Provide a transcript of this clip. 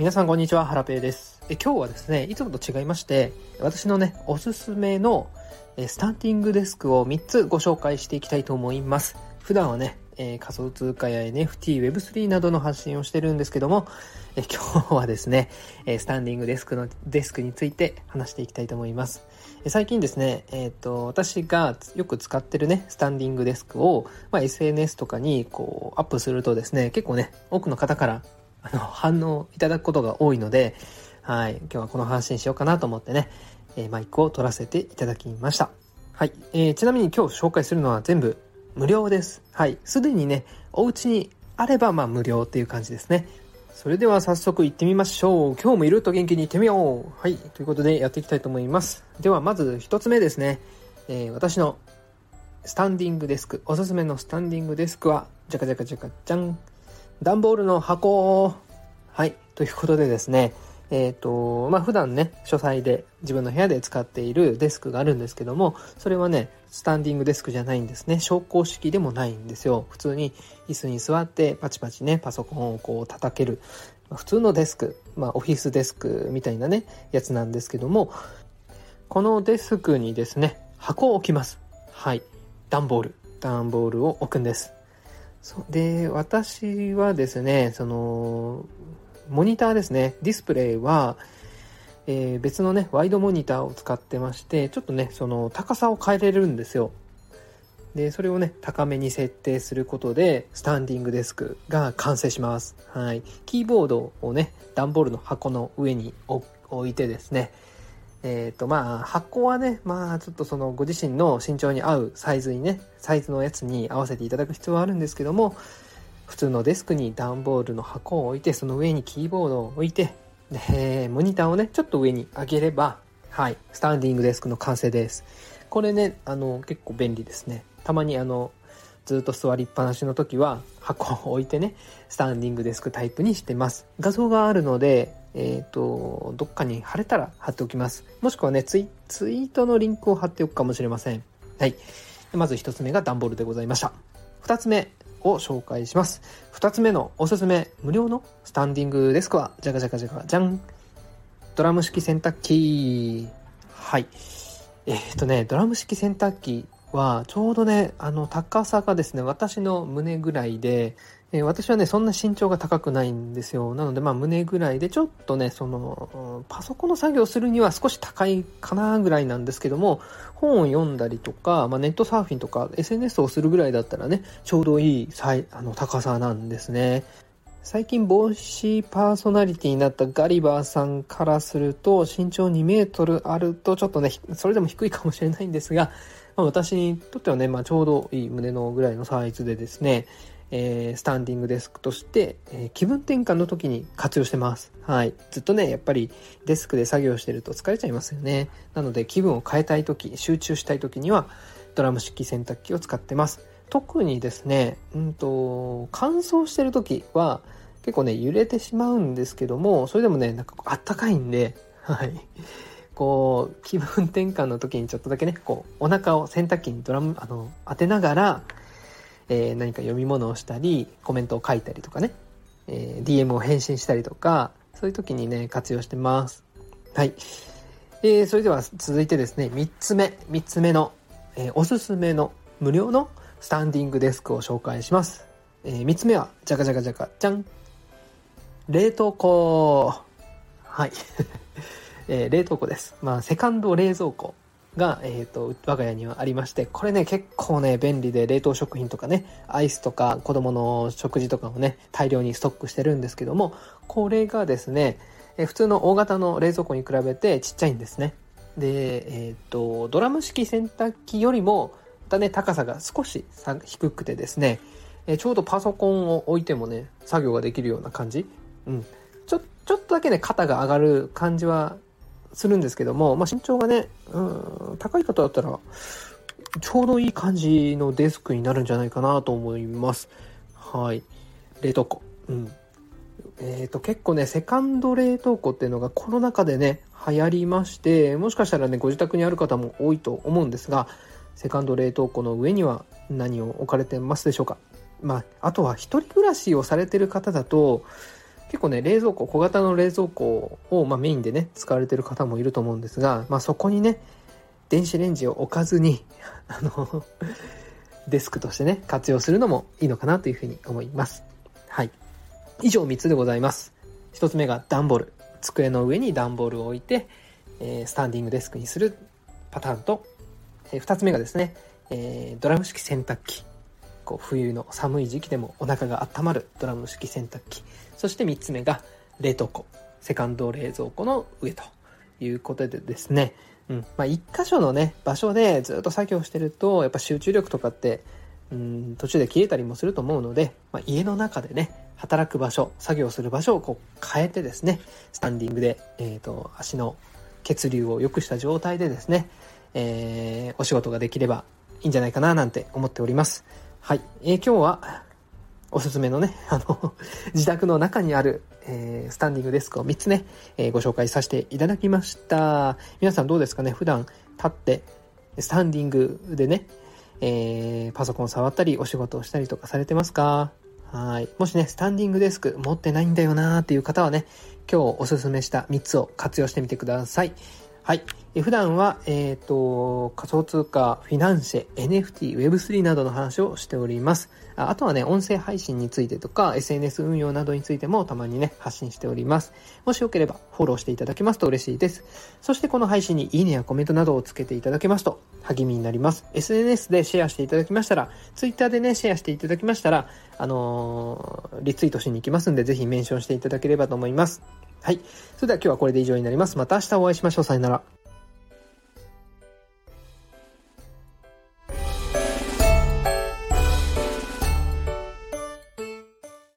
皆さんこんにちは、ハラペーです。今日はですね、いつもと違いまして、私のね、おすすめのスタンディングデスクを3つご紹介していきたいと思います。普段はね、仮想通貨や NFT、Web3 などの発信をしてるんですけども、今日はですね、スタンディングデスクについて話していきたいと思います。最近ですね、私がよく使ってるね、スタンディングデスクを、SNS とかにこうアップするとですね、結構ね、多くの方から反応いただくことが多いので、はい、今日はこの話にしようかなと思ってね、マイクを取らせていただきました。はい、ちなみに今日紹介するのは全部無料です。はい、すでにね、お家にあれば無料っていう感じですね。それでは早速行ってみましょう。今日もいると元気に行ってみよう。はい、ということでやっていきたいと思います。ではまず一つ目ですね、私のスタンディングデスク、おすすめのスタンディングデスクはじゃかじゃん、段ボールの箱。はい、ということでですね、普段ね、書斎で自分の部屋で使っているデスクがあるんですけども、それはね、スタンディングデスクじゃないんですね。昇降式でもないんですよ。普通に椅子に座ってパチパチね、パソコンをこう叩ける、普通のデスク、オフィスデスクみたいなね、やつなんですけども、このデスクにですね、箱を置きます。はい、段ボールを置くんです。で、私はですね、モニターですね、ディスプレイは、別のね、ワイドモニターを使ってまして、ちょっとね、その高さを変えれるんですよ。で、それをね、高めに設定することで、スタンディングデスクが完成します。はい。キーボードをね、段ボールの箱の上に置いてですね、箱はね、ちょっとそのご自身の身長に合うサイズのやつに合わせていただく必要はあるんですけども、普通のデスクに段ボールの箱を置いて、その上にキーボードを置いて、でモニターをねちょっと上に上げれば、はい、スタンディングデスクの完成です。これね、結構便利ですね。たまにずっと座りっぱなしの時は箱を置いてね、スタンディングデスクタイプにしてます。画像があるので、どっかに貼れたら貼っておきます。もしくはね、ツイートのリンクを貼っておくかもしれません。はい。まず一つ目が段ボールでございました。二つ目を紹介します。2つ目のおすすめ無料のスタンディングデスクはじゃん、ドラム式洗濯機。はい、ドラム式洗濯機はちょうどね、高さがですね、私の胸ぐらいで、私はねそんな身長が高くないんですよ。なので胸ぐらいで、ちょっとねパソコンの作業するには少し高いかなぐらいなんですけども、本を読んだりとか、ネットサーフィンとか SNS をするぐらいだったらね、ちょうどいい高さなんですね。最近帽子パーソナリティになったガリバーさんからすると、身長2メートルあるとちょっとね、それでも低いかもしれないんですが、私にとってはね、ちょうどいい胸のぐらいのサイズでですね、スタンディングデスクとして、気分転換の時に活用してます。はい。ずっとね、やっぱりデスクで作業してると疲れちゃいますよね。なので気分を変えたい時、集中したい時にはドラム式洗濯機を使ってます。特にですね、乾燥してる時は結構ね揺れてしまうんですけども、それでもね、あったかいんで、はい。こう気分転換の時にちょっとだけね、こうお腹を洗濯機に当てながら、何か読み物をしたり、コメントを書いたりとかね、DM を返信したりとか、そういう時にね活用してます。はい。それでは続いてですね、3つ目の、おすすめの無料のスタンディングデスクを紹介します。3つ目はじゃん、冷凍庫。はい。冷凍庫です。セカンド冷蔵庫が、我が家にはありまして、これね結構ね便利で、冷凍食品とかね、アイスとか子供の食事とかをね大量にストックしてるんですけども、これがですね、普通の大型の冷蔵庫に比べてちっちゃいんですね。で、ドラム式洗濯機よりもまたね高さが少し低くてですね、ちょうどパソコンを置いてもね作業ができるような感じ。ちょっとだけね肩が上がる感じはするんですけども、身長がね高い方だったらちょうどいい感じのデスクになるんじゃないかなと思います。はい。冷凍庫、結構ねセカンド冷凍庫っていうのがコロナ禍でね流行りまして、もしかしたらねご自宅にある方も多いと思うんですが、セカンド冷凍庫の上には何を置かれてますでしょうか。あとは一人暮らしをされてる方だと結構ね、小型の冷蔵庫を、メインでね、使われてる方もいると思うんですが、そこにね、電子レンジを置かずに、デスクとしてね、活用するのもいいのかなというふうに思います。はい。以上3つでございます。1つ目が段ボール。机の上に段ボールを置いて、スタンディングデスクにするパターンと、2つ目がですね、ドラム式洗濯機。冬の寒い時期でもお腹が温まるドラム式洗濯機。そして3つ目が冷凍庫。セカンド冷蔵庫の上ということでですね、一箇所のね、場所でずっと作業してると、やっぱ集中力とかって、途中で切れたりもすると思うので、家の中でね、働く場所、作業する場所を変えてですね、スタンディングで、足の血流を良くした状態でですね、お仕事ができればいいんじゃないかななんて思っております。はい。今日はおすすめのね、自宅の中にある、スタンディングデスクを3つね、ご紹介させていただきました。皆さんどうですかね？普段立ってスタンディングでね、パソコン触ったりお仕事をしたりとかされてますか？はい。もしね、スタンディングデスク持ってないんだよなーっていう方はね、今日おすすめした3つを活用してみてください。はい。普段は、仮想通貨、フィナンシェ、NFT、Web3 などの話をしております。あとはね、音声配信についてとか、SNS 運用などについてもたまにね、発信しております。もしよければフォローしていただけますと嬉しいです。そしてこの配信にいいねやコメントなどをつけていただけますと励みになります。SNS でシェアしていただきましたら、Twitter でね、シェアしていただきましたら、リツイートしに行きますんで、ぜひメンションしていただければと思います。はい。それでは今日はこれで以上になります。また明日お会いしましょう。さよなら。